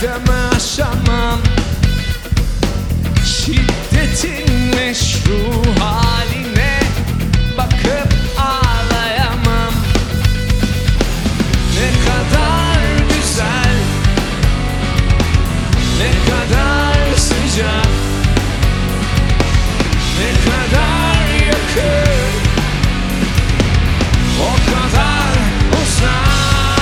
Erdeme aşamam, şiddetin meşru haline bakıp ağlayamam. Ne kadar güzel, ne kadar sıcak, ne kadar yakın, o kadar uzak.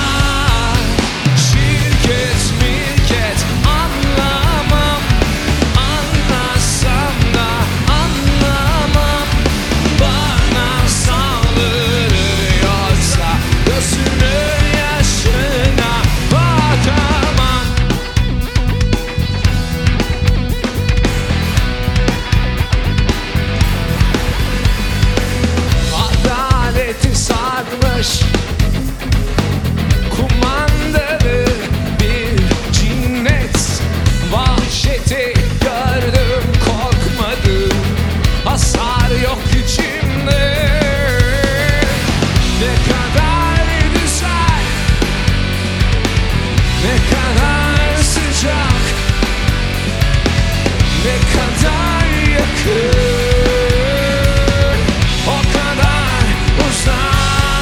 Şirket mirket anlamam, anlasam da anlamam. Bana saldırıyorsa gözünün yaşına bakamam. Adaleti sarmış kumandalı bir cinnet, vahşeti gördüm korkmadım, hasar yok içimde. Ne kadar güzel, ne kadar sıcak, ne kadar yakın, o kadar uzak.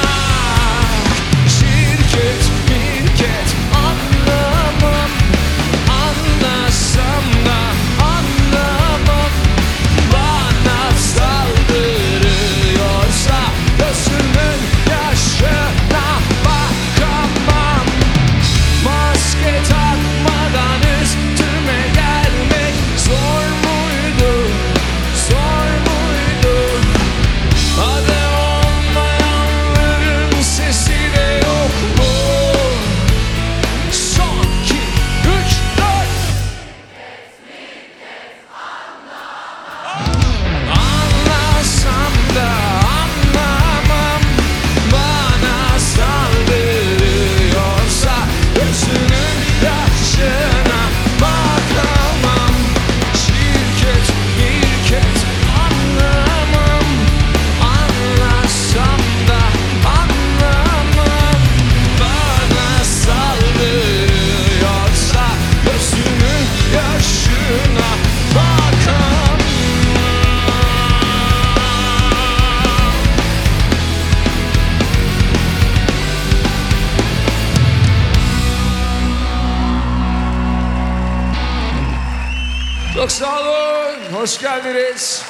Şirket mirket anlamam, anlasam da anlamam. Bana saldırıyorsa gözümün yaşına bakamam. Maske takmadan üstüme gelmek zor muydu, zor muydu? Adı olmayanların sesi de yok mu? Son 2, 3, 4. Anlasam da anlamam. Bana saldırıyorsa gözünün yaşına bakamam. Şirket mirket anlamam, anlasam da anlamam. Bana saldırıyorsa gözünün yaşına bakamam. Çok sağ olun, hoş geldiniz.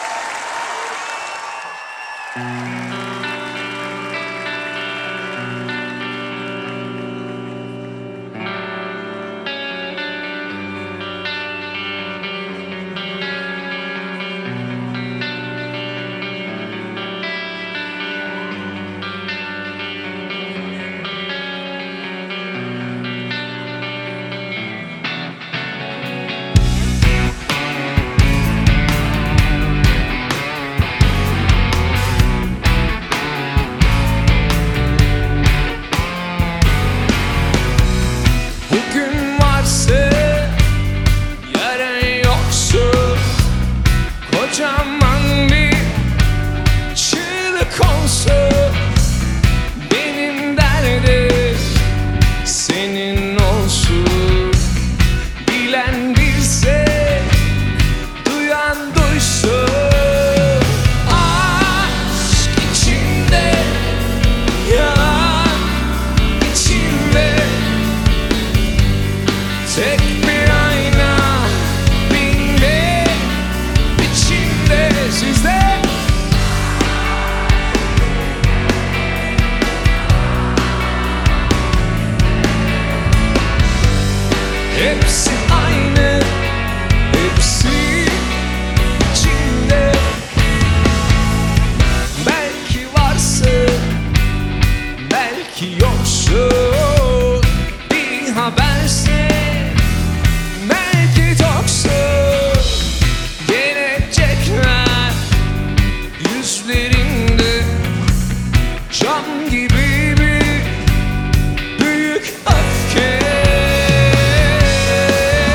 Bugün varsa yarın yoksun, kocaman bir çığlık olsun. Benim derdim senin olsun. Bilen bilse, duyan duysun. Aşk içinde, yalan içinde. Tek bir ayna, bin de içinde sizde. Hepsi aynı, hepsi içinde. Belki varsın, belki yoksun. Bir haberse belki toksun. Gelecekler yüzlerinde cam gibi bir büyük öfke.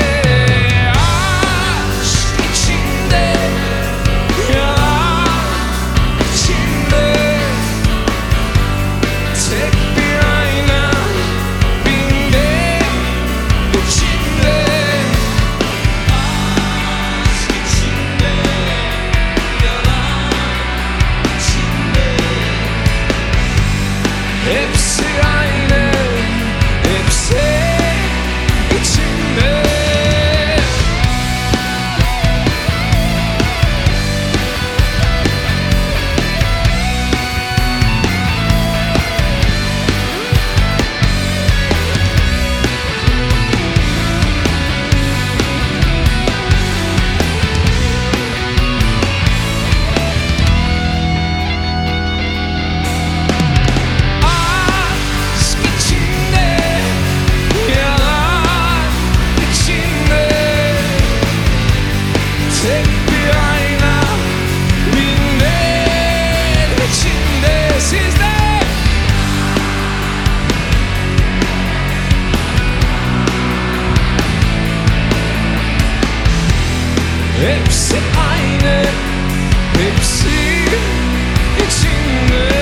hepsi aynı, hepsi içinde.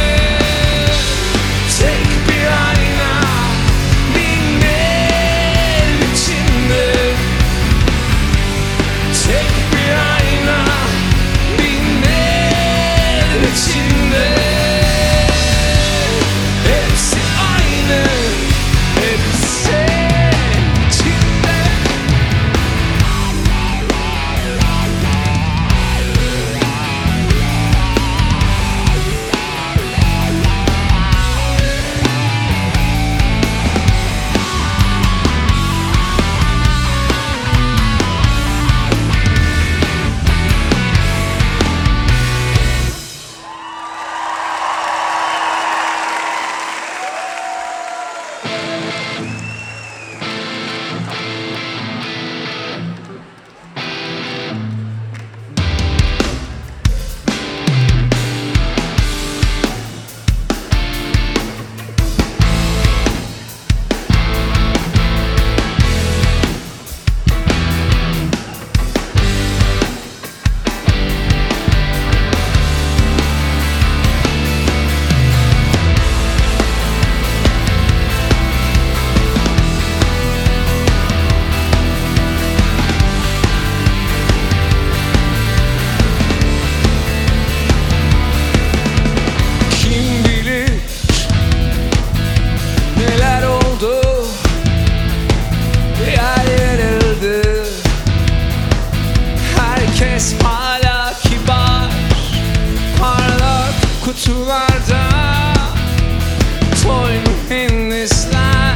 Tek bir ayna, bin el içinde. Tek bir ayna, bin el içinde. Hepsi aynı, hepsi içinde. Kim bilir neler oldu, yer yarıldı. Herkes hala kibar, parlak kutularda. Toy mühendisler,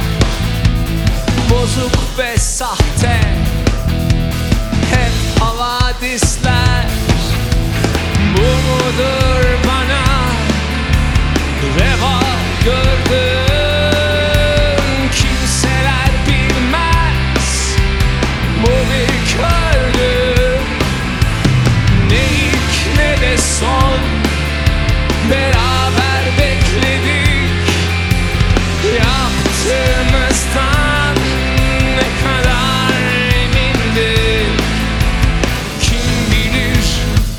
bozuk ve sahte, hep havadisler. Bu mudur bana reva gördüm? Kimseler bilmez, bu bir kördü. Ne ilk ne de son, beraber bekledik. Yaptığımızdan ne kadar emindim. Kim bilir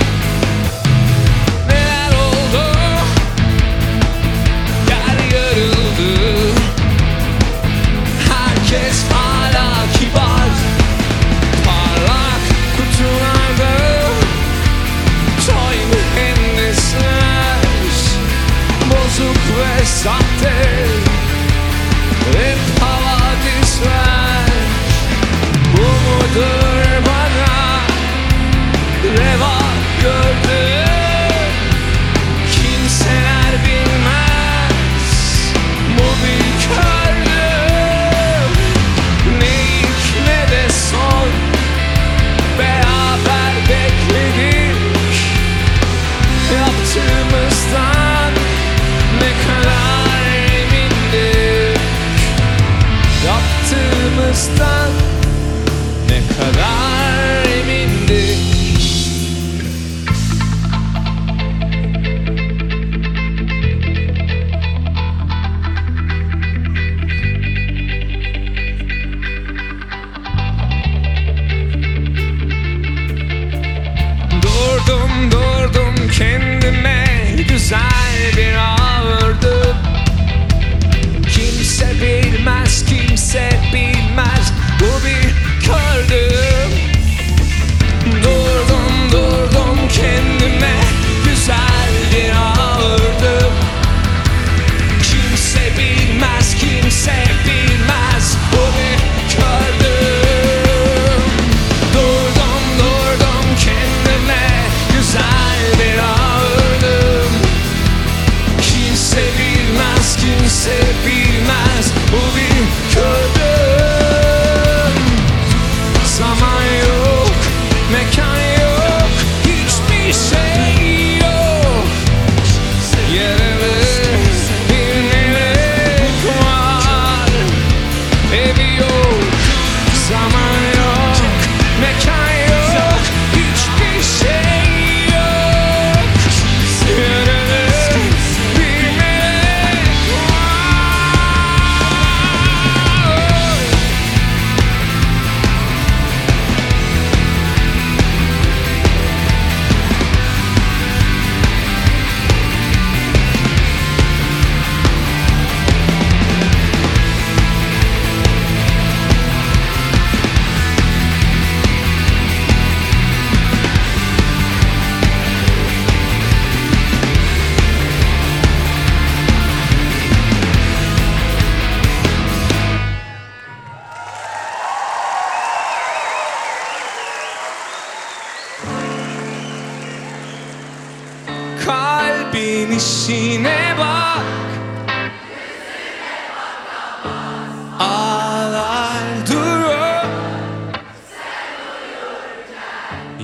neler oldu, yer yarıldı. Herkes hala kibar, parlak kutularda. Toy mühendisler, bozuk ve sahte, hep havadisler. Bu mudur bana reva gördüm? Kimseler bilmez, bu bir kördü. Ne ilk ne de son, beraber bekledik. Yaptığımızdan ne kadar emindik. Yaptığımızdan ne kadar emindik. Durdum kendime, güzel bir ağırdım. Kimse bilmez, kimse bilmez, bu bir kördüm. Durdum kendime, güzel bir ağırdım. Kimse bilmez, kimse bilmez, bu bir kördüm. Durdum kendime, güzel bir ağırdım.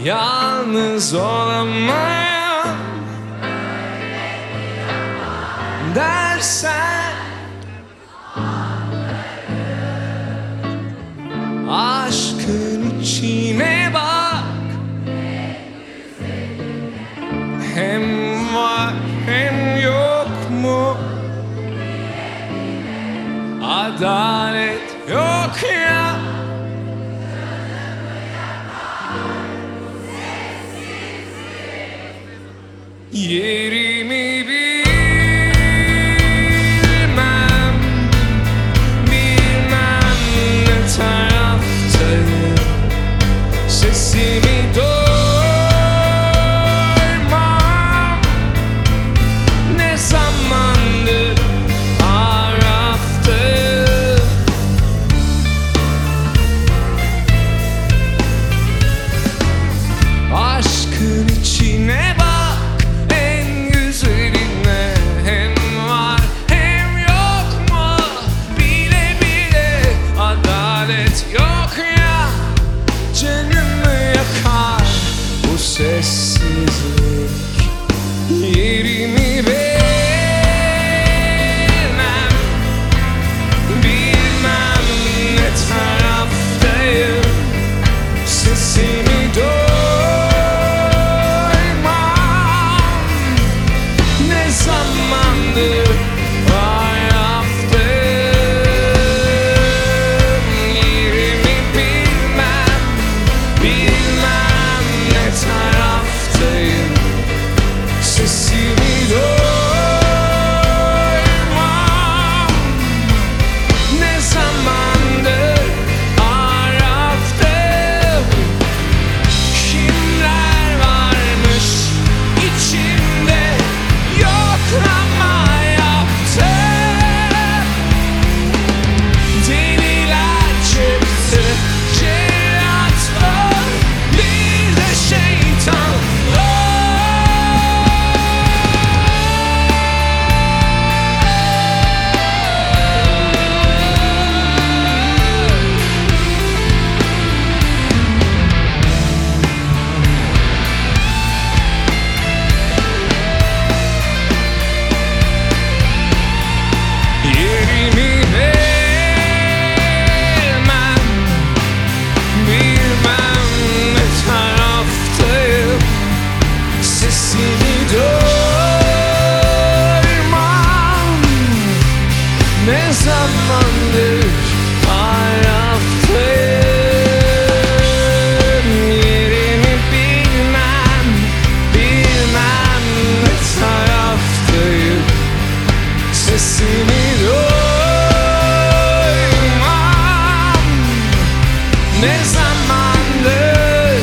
yalnız olamayan dersen aşkın içine bak, hem var hem yok mu? Adalet yok ya. Yerimi bilmem, bilmem ne taraftayım. Sesimi duymam, ne zamandır araftayım. Aşkın içine bak, yok ya, canımı yakar bu sessizlik. Yerimi bilmem, bilmem ne taraftayım. Sesimi duymam, ne zamandır ne zamandır araftayım. Yerimi bilmem, bilmem ne taraftayım. Sesimi duymam, ne zamandır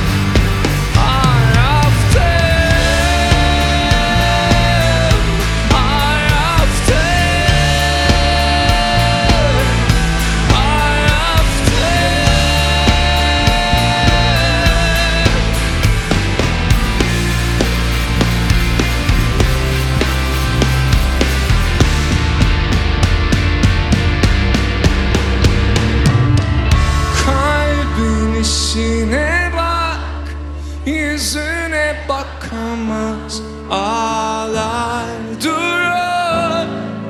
İçine bak, yüzüne bakamaz, ağlar durur.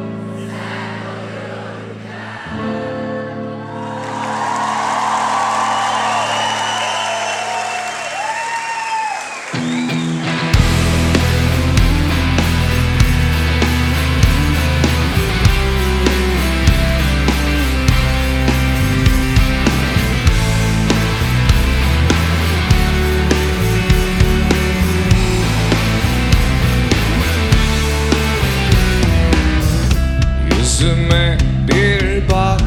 Yüzüme bir bak,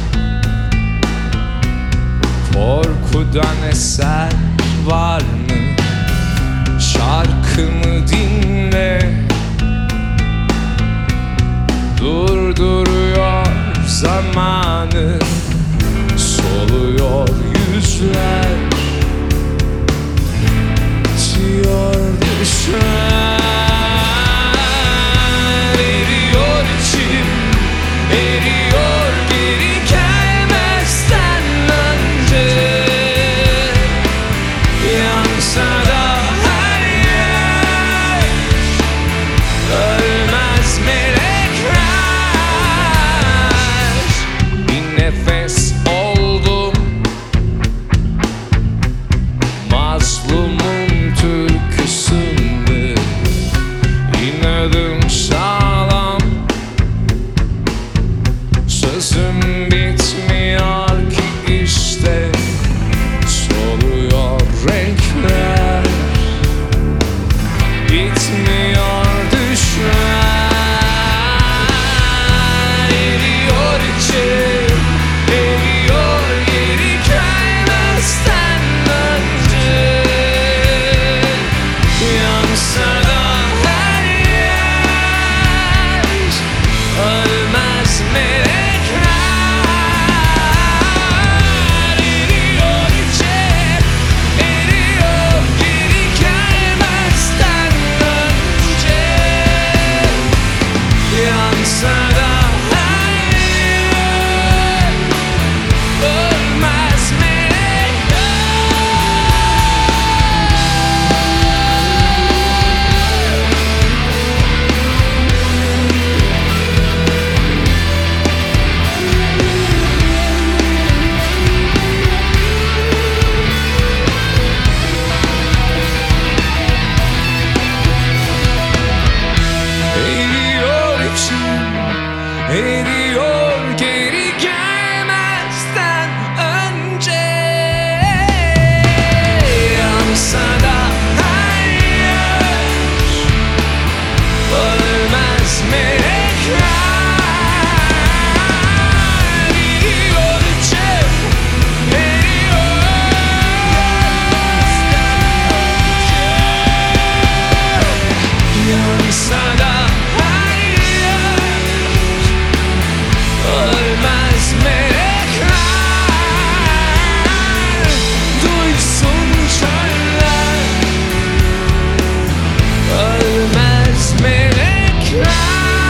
korkudan eser var mı? Şarkımı dinle, durduruyor zamanı, soluyor yüzler, bitiyor düşler. Eriyor geri gelmezden önce, yansın nefes oldum. Mazlumun türküsünde inadım sağlam. Sözüm bitmiyor ki işte soluyor renkler. Bitmiyor düşler. Eriyor içim, eriyor geri gelmezden önce. Yansa da her yer, ölmez melekler. Eriyor içim, eriyor geri gelmezden önce. Yansa da her yer, ölmez melekler. Eriyor içim, eriyor geri gelmezden önce. Yansa da her yer, ölmez melekler. Eriyor içim, eriyor. Yansa da her yer, ölmez melekler. Duysun çöller, ölmez melekler.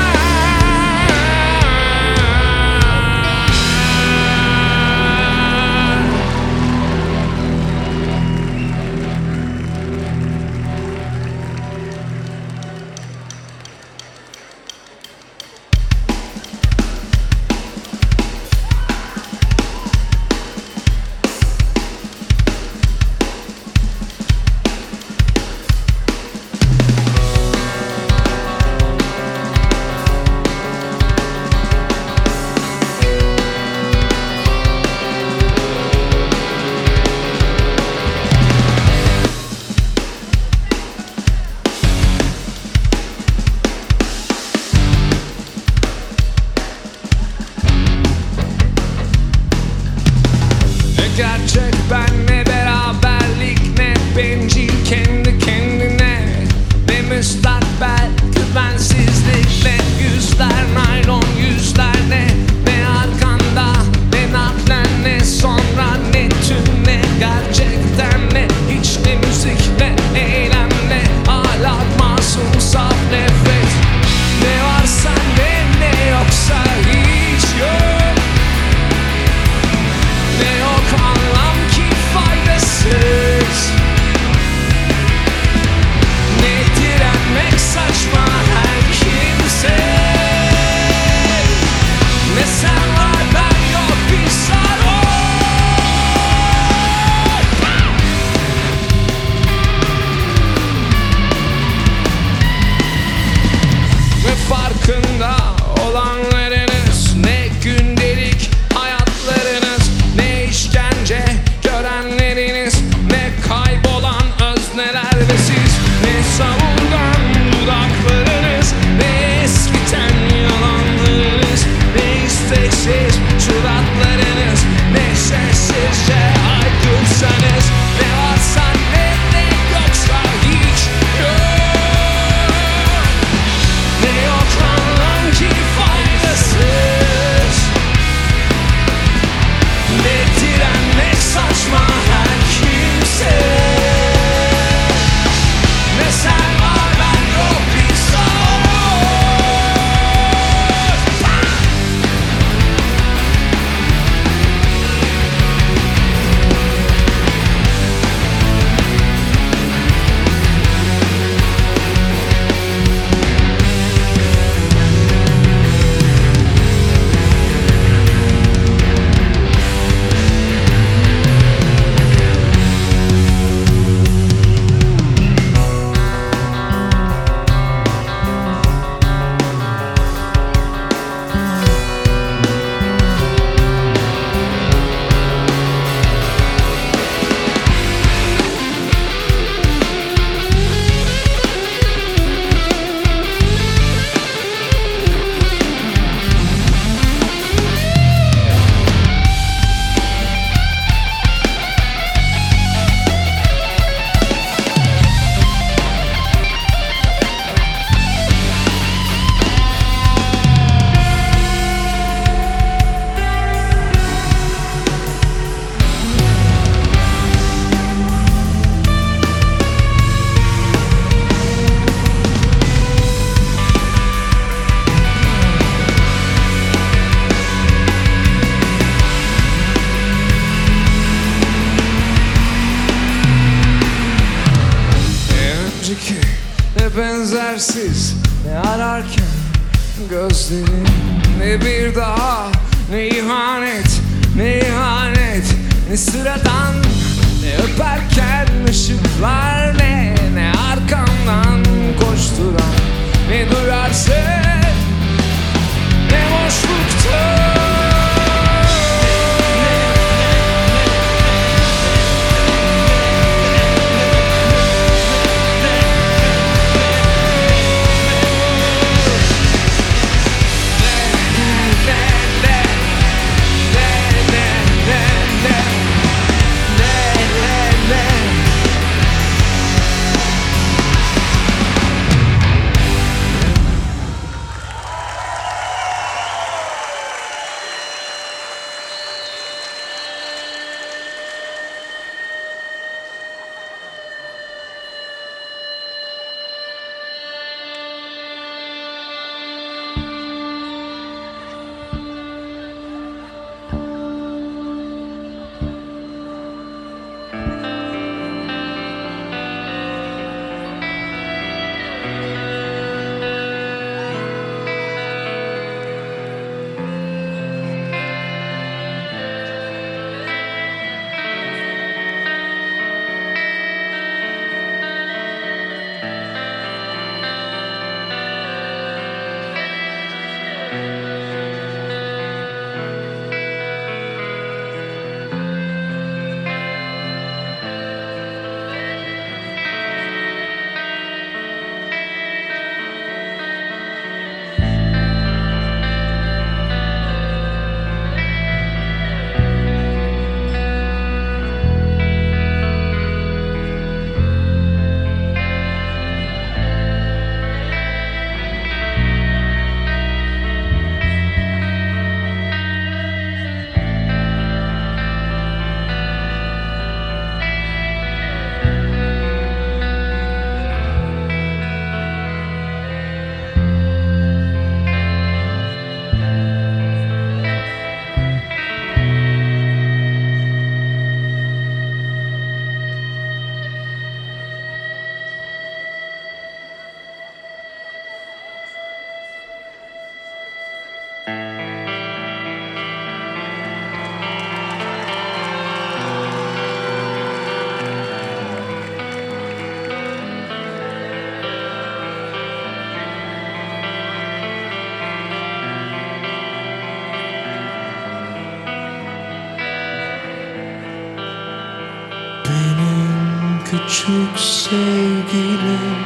Ne gerçek ben, ne beraberlik, ne bencil kendi kendine, ne müstakbel güvensizlik, ne yüzler naylon yüzler, ne arkanda, ne naklen, ne sonra, ne tüm, ne gerçekten, ne hiç, ne müzik, ne eylem, ne ahlak, masum saf nefret. Ne varsa ne yoksa hiç yok. Ne yok anlam yersiz ne ararken gözlerin, ne bir daha, ne ihanet, ne ihanet, ne sıradan, ne öperken ışıklar, ne arkamdan koşturan, ne duyarsın, ne boşlukta. Küçük sevgilim,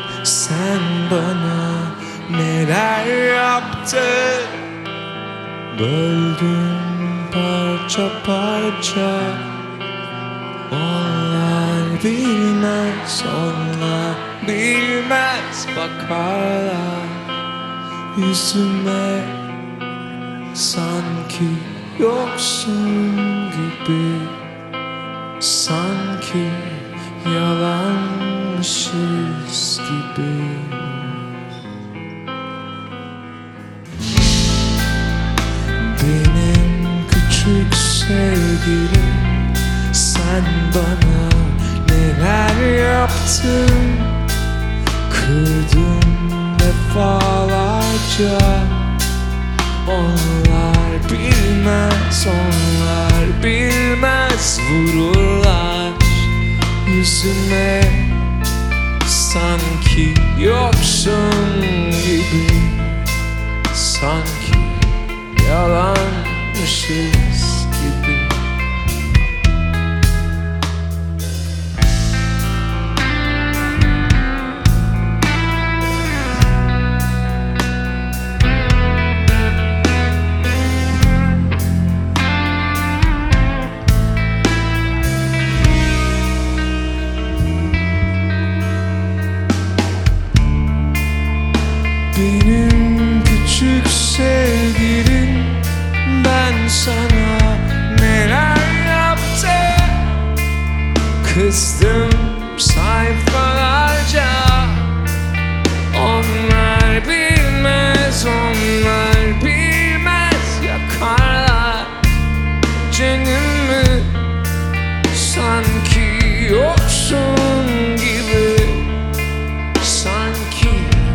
sen bana neler yaptın? Böldün parça parça. Onlar bilmez, onlar bilmez. Bakarlar yüzüme, sanki yoksun gibi, sanki yalanmışız gibi. Benim küçük sevgilim, sen bana neler yaptın? Kırdın defalarca. Onlar bilmez, onlar bilmez. Vururlar yüzüme, sanki yoksun gibi, sanki yalanmışız gibi. Benim küçük sevgilim, ben sana neler yaptım? Kızdım sayfalarca. Onlar bilmez, onlar bilmez. Yakarlar canımı, sanki yoksun gibi, sanki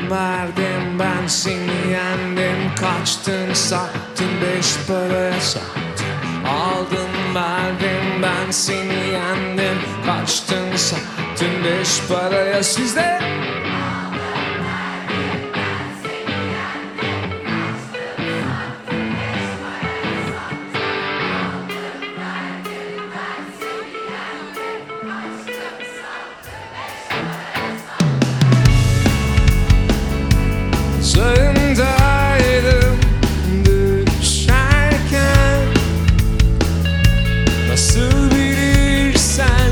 Aldım verdim ben seni yendim. Kaçtın sattın 5 paraya sattın. Aldım verdim ben seni yendim. Kaçtın sattın 5 paraya. Sizde sağındaydım düşerken. Nasıl bilirsen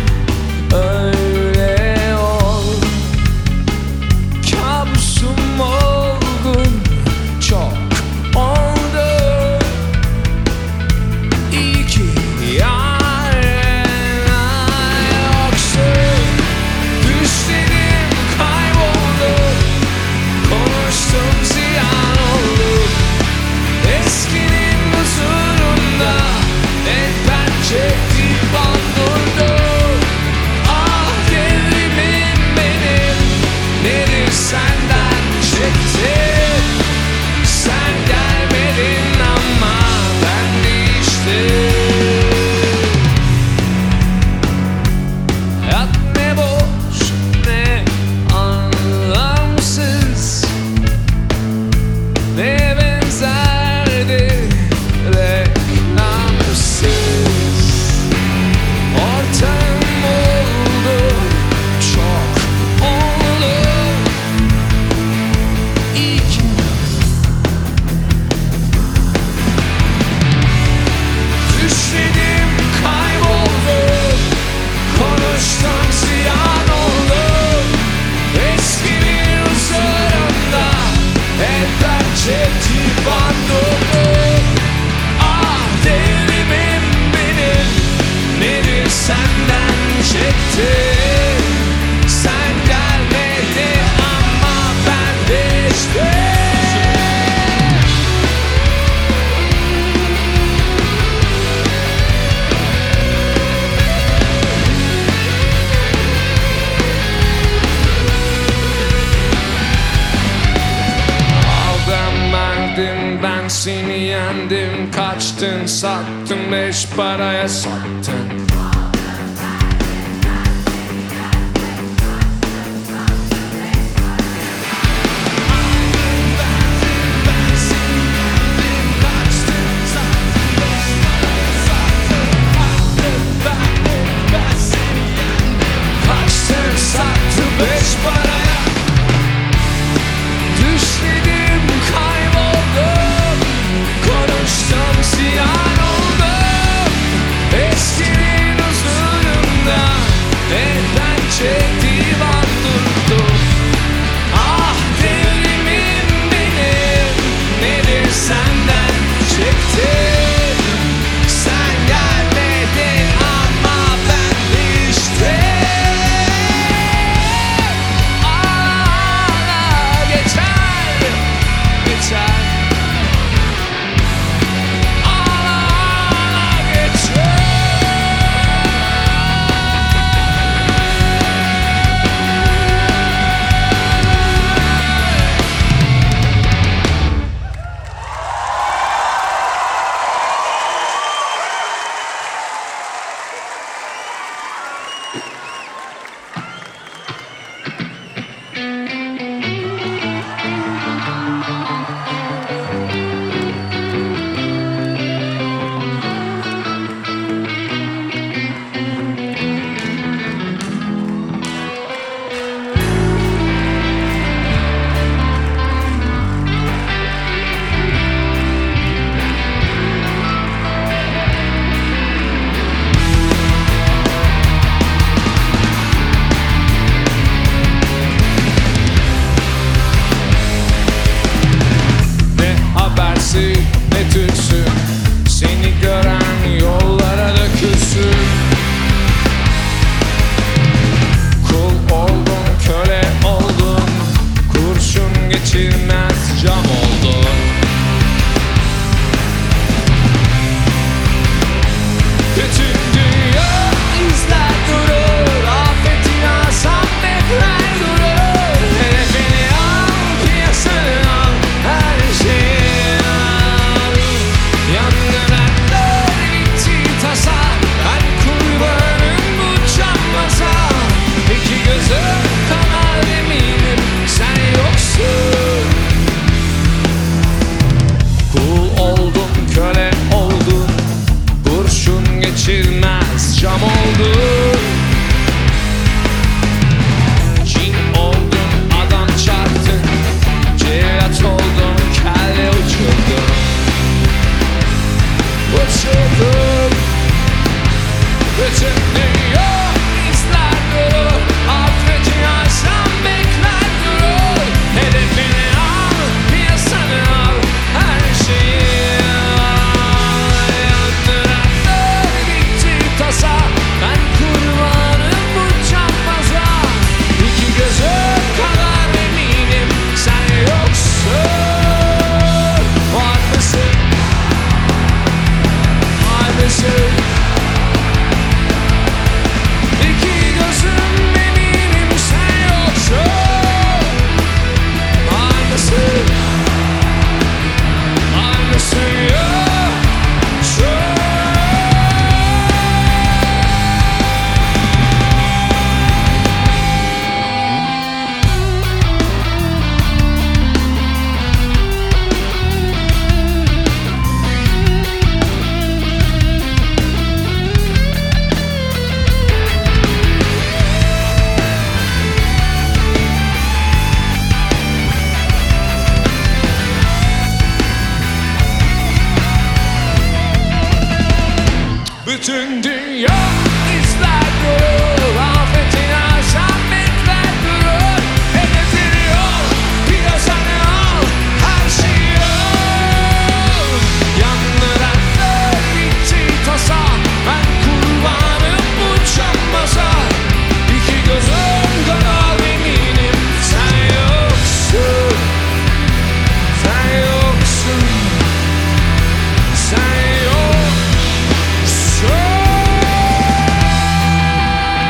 öyle ol. Kabusum oldun çok oldu. İyi ki yarına yoksun. Düşlerim kayboldu. Konuştum ziyan oldu. Eskinin huzurunda hep ben çektim bandurdu. Ah devrimim benim, nedir senden çektim. Sen gelmedin ama ben değiştim. Hayat ne boş ne anlamsız, ne benzerdi reklamsız. Ortağım oldu çok oldu. İyi ki düşledim kayboldu. Konuştum ziyan oldu. Eskinin huzurunda hep ben çektim bandurdu. Ah devrimim benim, nedir senden çektim. Sen gelmedin ama ben değiştim. Aldım verdim ben seni yendim. Kaçtın sattın 5 paraya sattın. Kaçtın sattın 5 paraya. Düşledim kayboldu. Konuştum ziyan oldu. Eskinin geçirmez cam oldu. King oldun, adam çarptın, cihat oldun, kelle uçurdun. Uçurdun. Bütün dünya izler durur, affetin aşan bekler durur. Hedefini al, piyasanı al, her şeyi al. Yandıranlar bitti tasa, ben kurbanım bu çapmaza. İki gözüm kadar eminim sen yoksun. Var mısın? Var mısın? İki gözüm eminim sen yoksun. Var mısın? Var mısın yoksun? Bütün dünya izler durur, afetin aşan bekler durur. Hedefini al, piyasanı al, her şeyi al. Yandıranlar bitti tasa, ben kurbanım bu çapmaza. İki gözüm kadar eminim sen yoksun. Sen yoksun. Sen yoksun.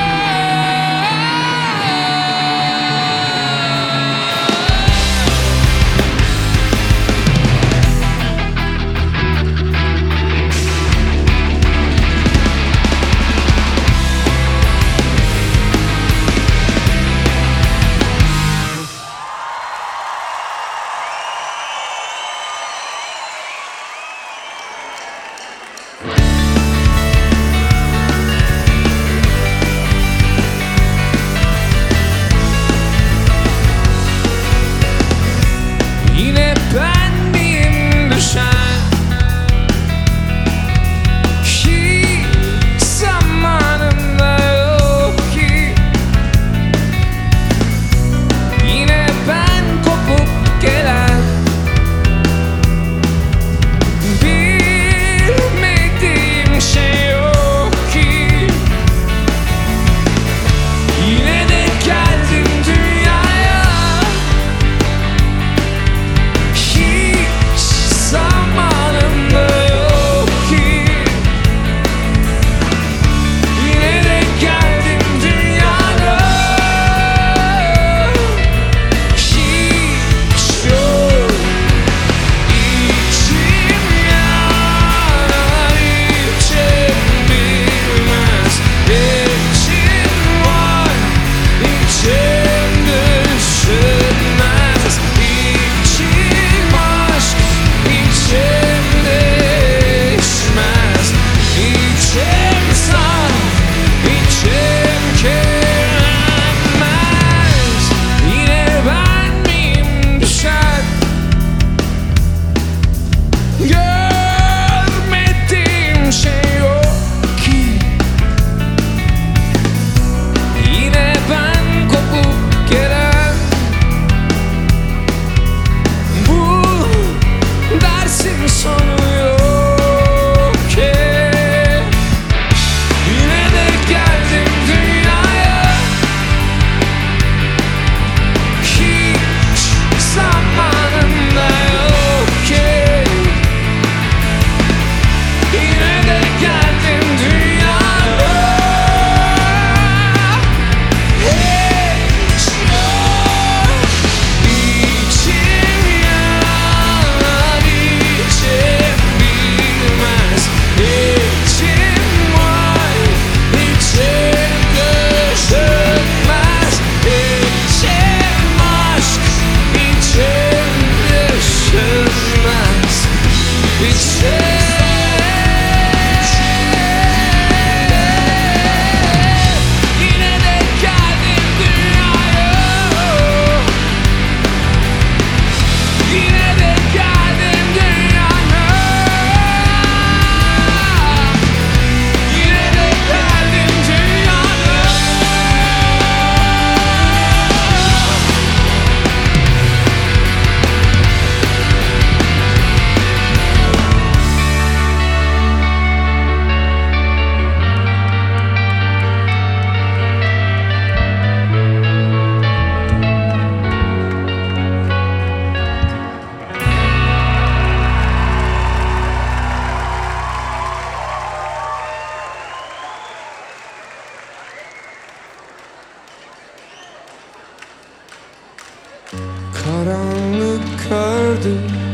vardı,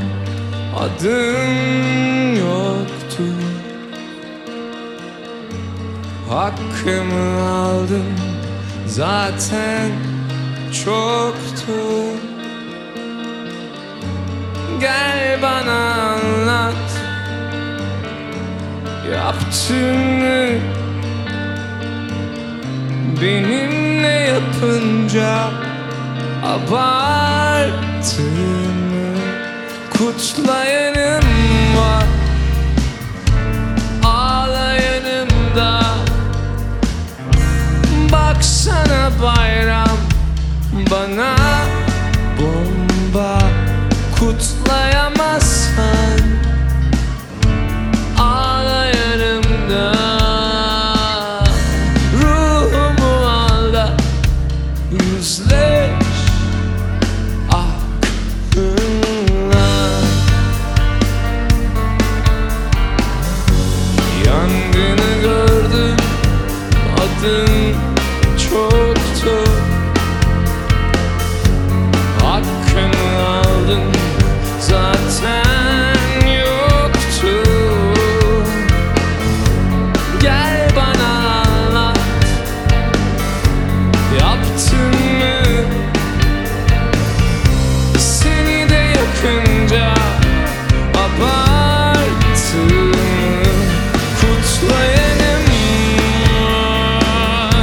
adın yoktu. Hakkımı aldın, zaten çoktu. Gel bana anlat yaptığını, benimle yapınca abarttığını. Kutlayanım var, ağlayanım da. Baksana bayram bana bomba. Kutlayamazsan ağlayarım da. Ruhumu al da yüzleş aklınla. Yangını gördüm, adın çoktu. Hakkını aldın, zaten yoktu. Gel bana anlat yaptığını, seni de yakınca abarttığını. Kutlayanım var,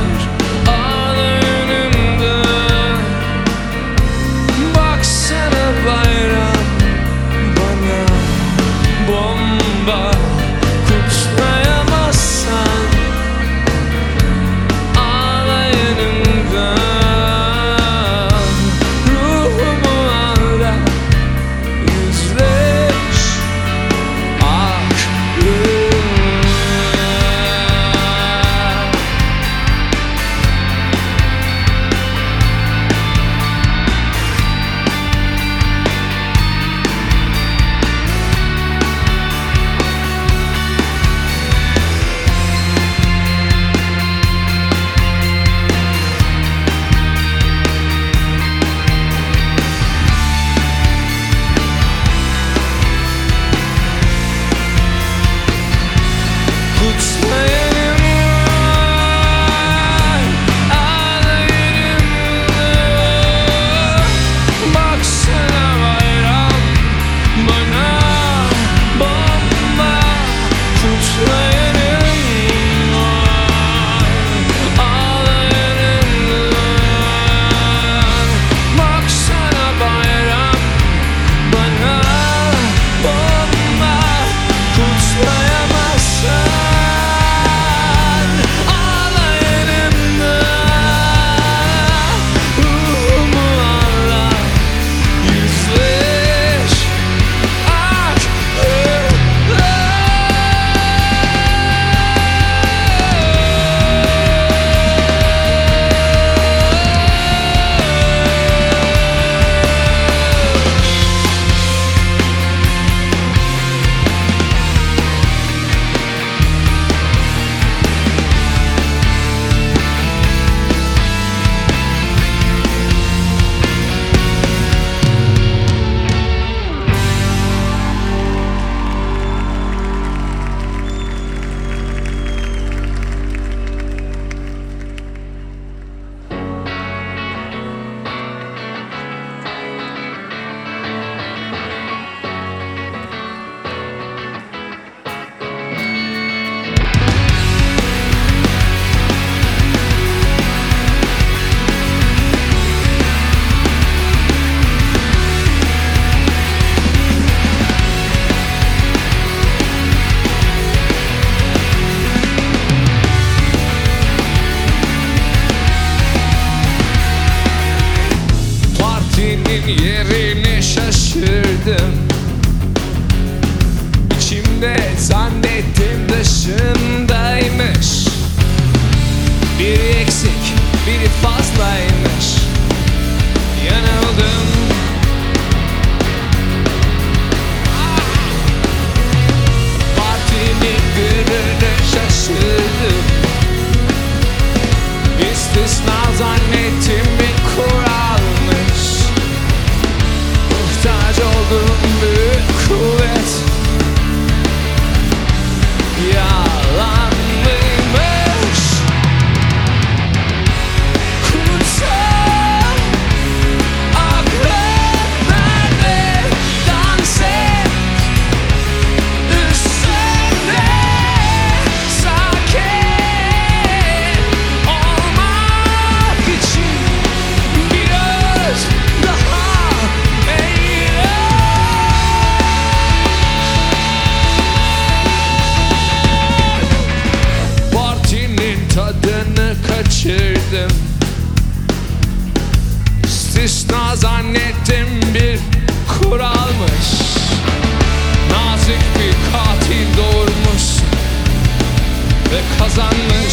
istisna zannettim bir kuralmış. Nazik bir katil doğurmuş ve kazanmış.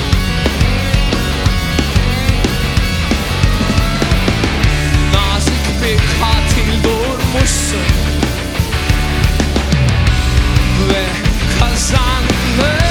Nazik bir katil doğurmuşsun ve kazanmış.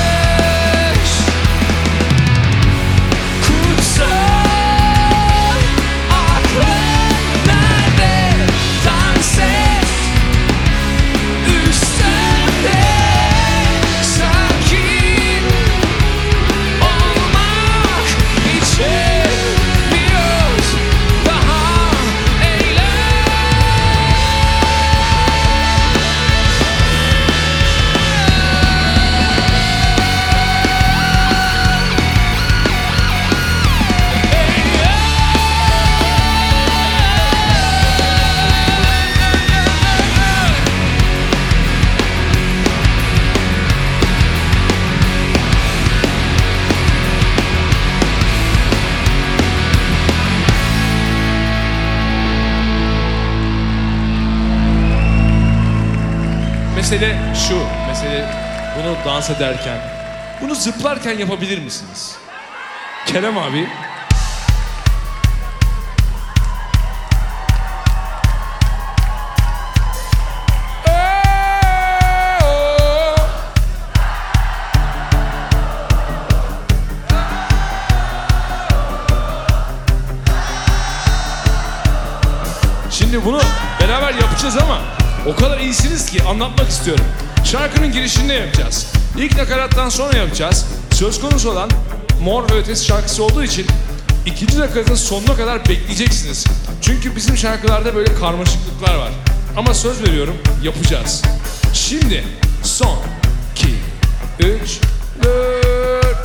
Mesele şu, bunu dans ederken, bunu zıplarken yapabilir misiniz? Kerem abi. Şimdi bunu beraber yapacağız ama o kadar iyisiniz ki anlatmak istiyorum. Şarkının girişinde yapacağız. İlk nakarattan sonra yapacağız. Söz konusu olan Mor ve Ötesi şarkısı olduğu için ikinci nakaratın sonuna kadar bekleyeceksiniz. Çünkü bizim şarkılarda böyle karmaşıklıklar var. Ama söz veriyorum yapacağız. Şimdi son 2, 3, 4.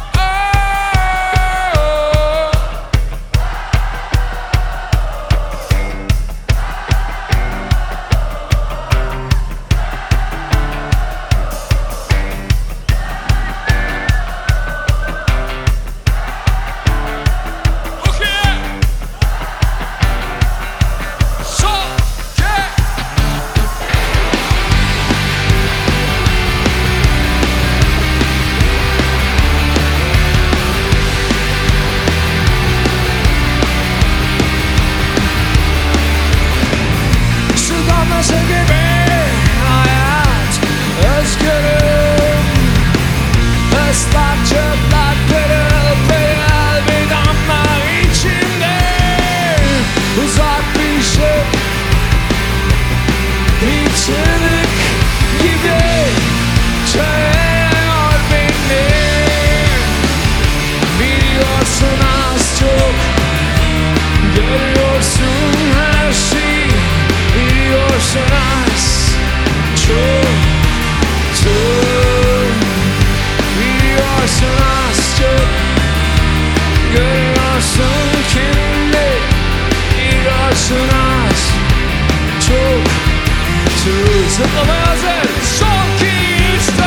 Zıplamaya hazır. Son 2, 3, 4.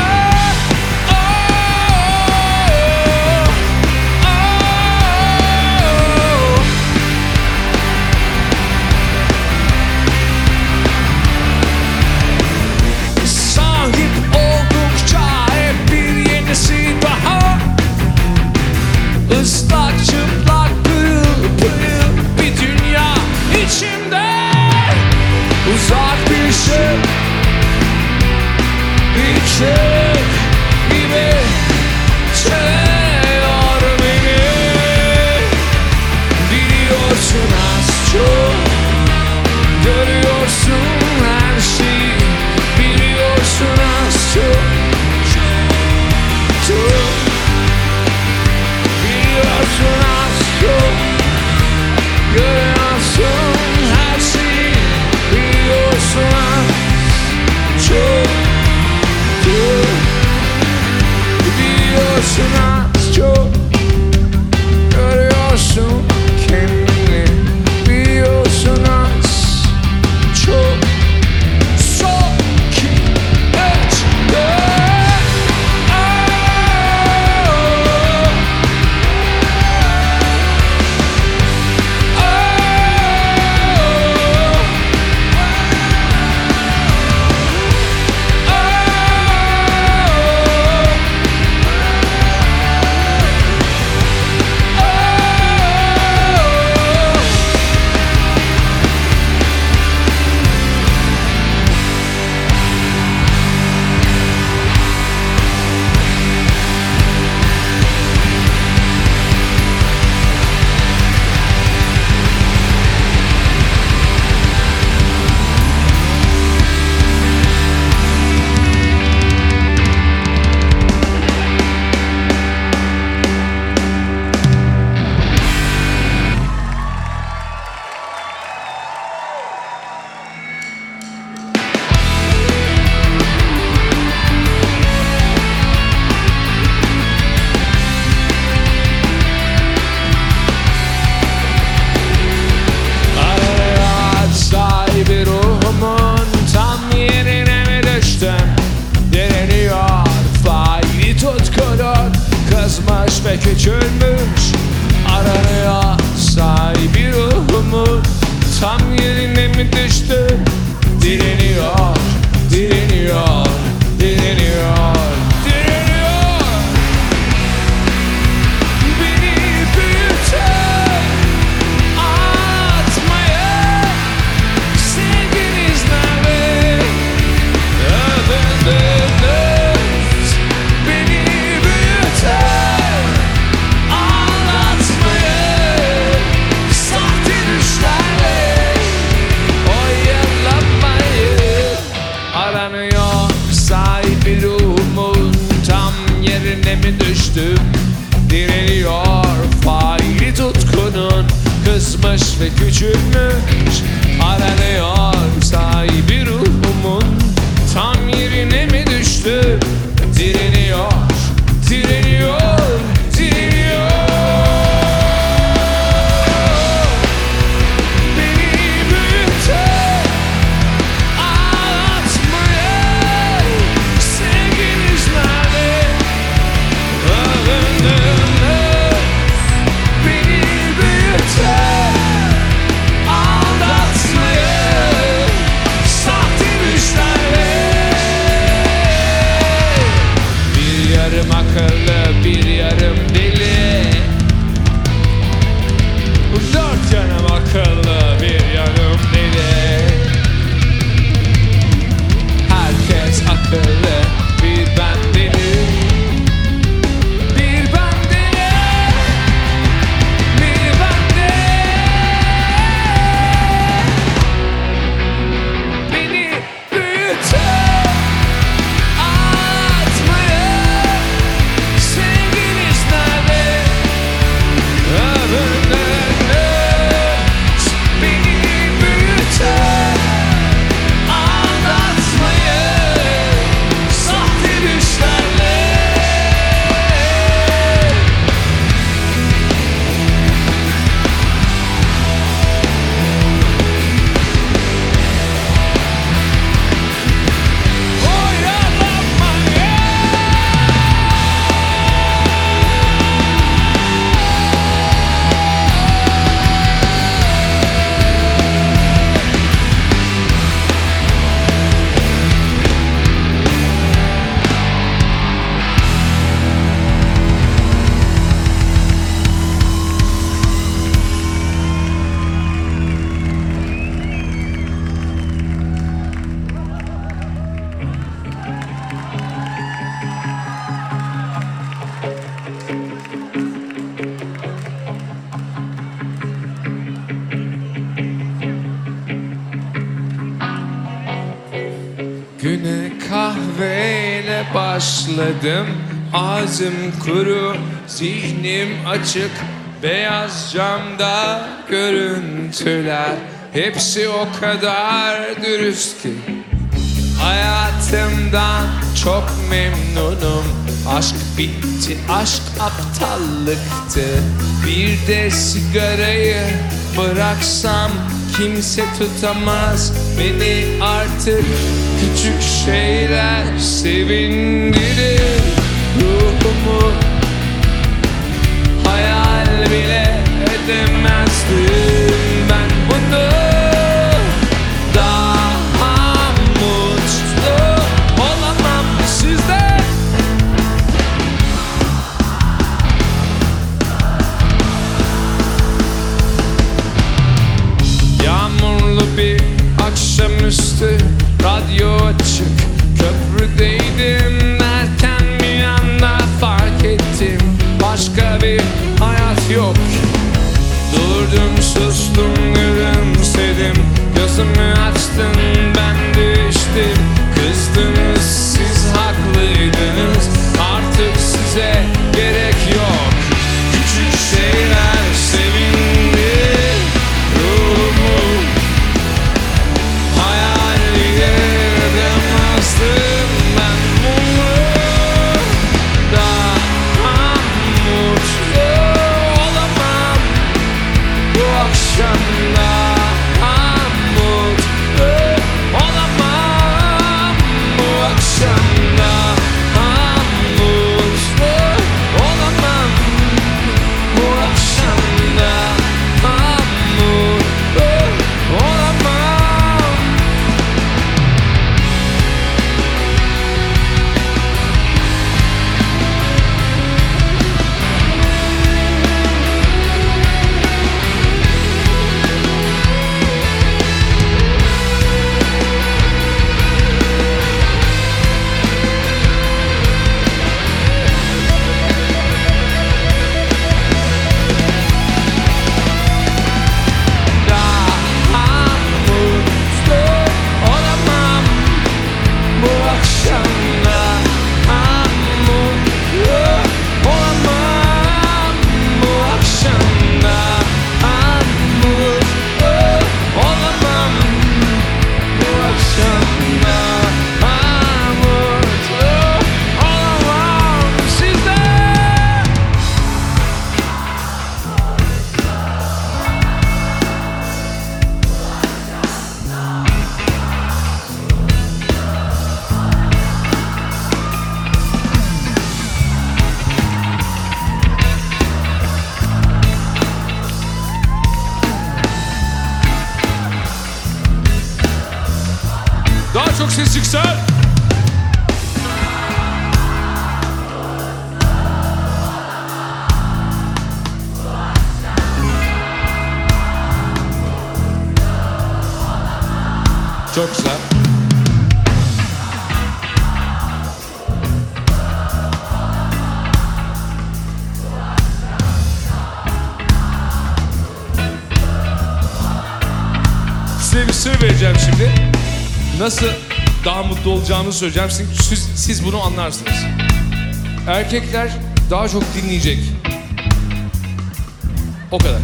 Sahip oldukça hep bir yenisi daha. Islak çıplak pırıl pırıl bir dünya içimde. Uzak bir şey kızmış ve küçülmüş. Aranıyor sahibi ruhumun, tam yerine mi düştü? Direniyor, direniyor, direniyor, direniyor. Beni büyüten atmaya sevginiz nerede? Öldürdünüz beni büyüten anlatmayı sahte düşlerle oyalamayı. Aranıyor sahibi ruhumun, tam yerine mi düştüm? Direniyor faili tutkunun, kızmış ve küçülmüş. Aranıyor sahibi ruhumun, tam yerine mi düştüm? Direniyor, direniyor, direniyor. Beni büyüten ağlatmaya sevginiz nerede? Öldürdünüz beni büyüten aldatmaya sahte düşlerle. Bir yarım akıllı, bir yarım deli, dört yanım akıllı, bir yanım deli. Herkes akıllı, bir ben deli. Bir ben deli, bir ben deli. Beni büyüten atmaya sevginiz nerede? Öldürdünüz beni büyüten aldatmayı sahte düşlerle. Oyalanmayı. Güne kahveyle başladım, ağzım kuru, zihnim açık. Beyaz camda görüntüler, hepsi o kadar dürüst ki. Hayatımdan çok memnunum. Aşk bitti, aşk aptallıktı. Bir de sigarayı bıraksam kimse tutamaz beni artık. Küçük şeyler sevindirir ruhumu. Hayal bile edemezdim ben bunu. Daha mutlu olamam sizden. Yağmurlu bir akşamüstü, radyo açık, köprüdeydim derken bir anda fark ettim başka bir hayat yok. Durdum, sustum, gülümsedim, gözümü açtım, ben değiştim. Kızdınız, siz haklıydınız, artık size gerek yok. Küçük şeyler sevindir ruhumu. Hayal bile edemezdim ben bunu. Daha mutlu olamam bu akşam, daha mutlu Çok güzel. Size bir sır vereceğim şimdi. Nasıl daha mutlu olacağımı söyleyeceğim. Siz bunu anlarsınız. Erkekler daha çok dinleyecek. O kadar.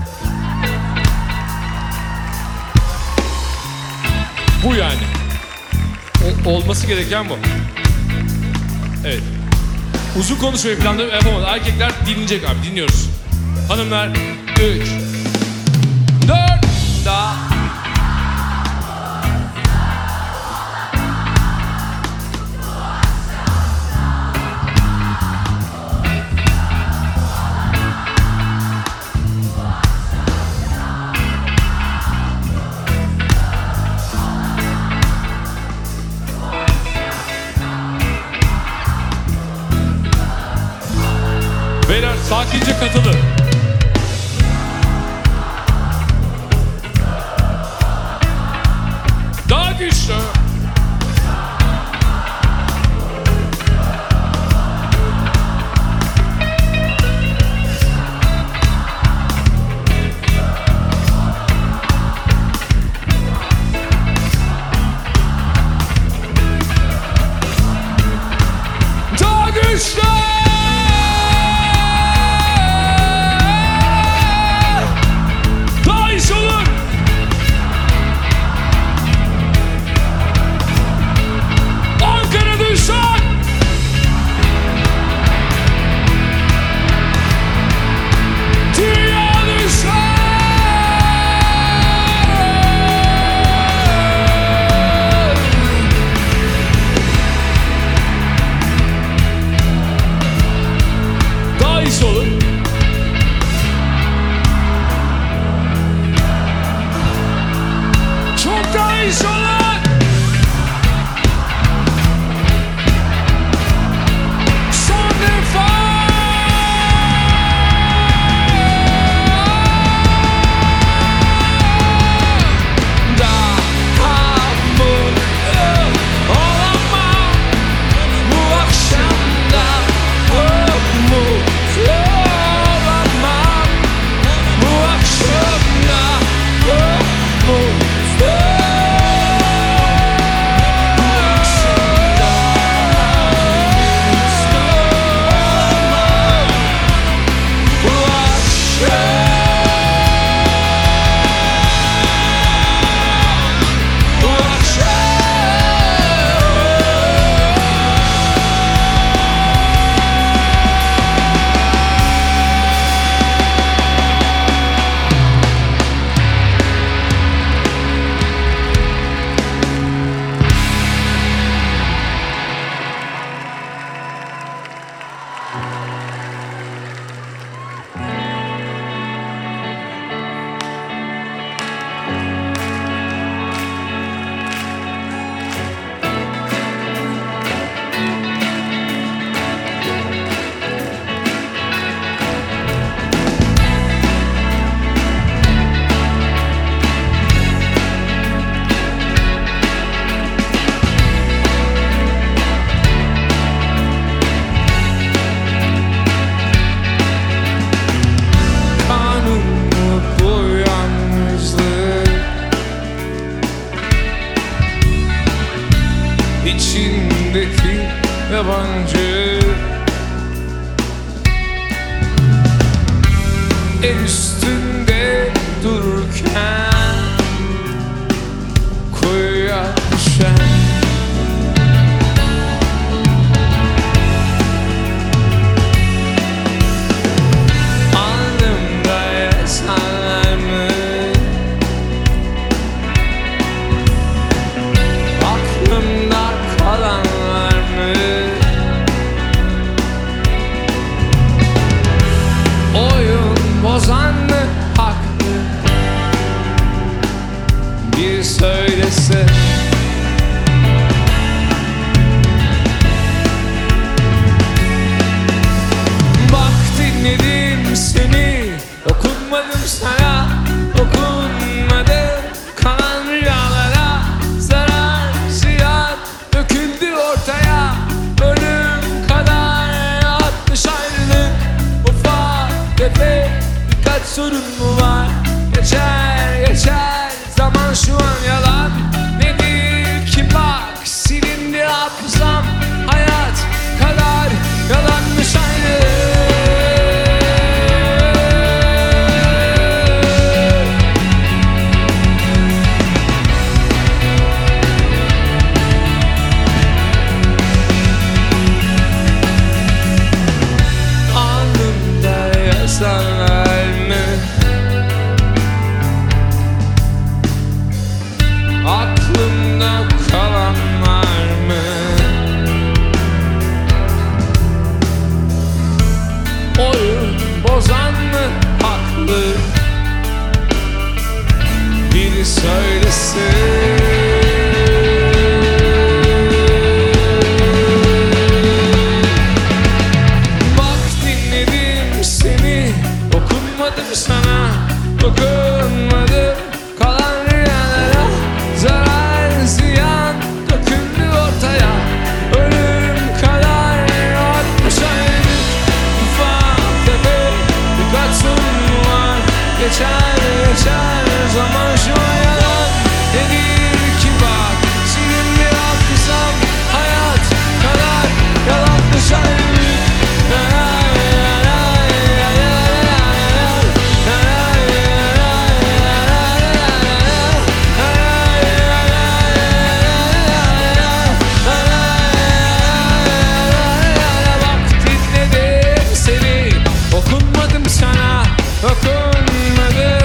Bu yani. Olması gereken bu. Evet. Uzun konuşmayı planladım, yapamadım. Erkekler dinleyecek abi, dinliyoruz. Hanımlar, 3, 4, daha. Beyler sakince katılın. Daha güçlü. Daha güçlü. Olur. Çok daha iyi olur. Son defa. Daha mutlu olamam bu akşamda. İçindeki yabancı en üstünde dururken kuyuya düşen alnımda yazanlar mı? Aklımda kalanlar mı? Oyun bozan mı haklı? Bir söylese. Bak dinledim seni, dokunmadım sana, dokunmadım kalan rüyalara. sorun mu var? Geçer geçer zaman şu an yalan. Nedir ki bak silindi hafızam. Hayat kadar yalanmış aynı. Alnımda yazanlar mı? Aklımda kalanlar mı? Oyun bozan mı haklı? Biri söylesin. Bak dinledim seni, dokunmadım sana, dokunmadım kalan rüyalara. Zarar ziyan döküldü ortaya. Ölüm kadar rahatmış ayrılık. Ufak tefek birkaç sorun var. Geçer geçer zaman şu an yalan. Nedir ki bak silindi hafızam. Hayat kadar yalanmış ayrılık. Bak dinledim seni, dokunmadım sana, dokunmadım.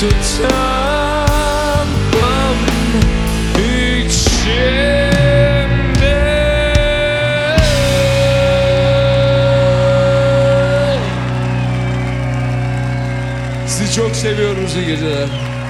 tutamam içimde. Sizi çok seviyoruz, iyi geceler.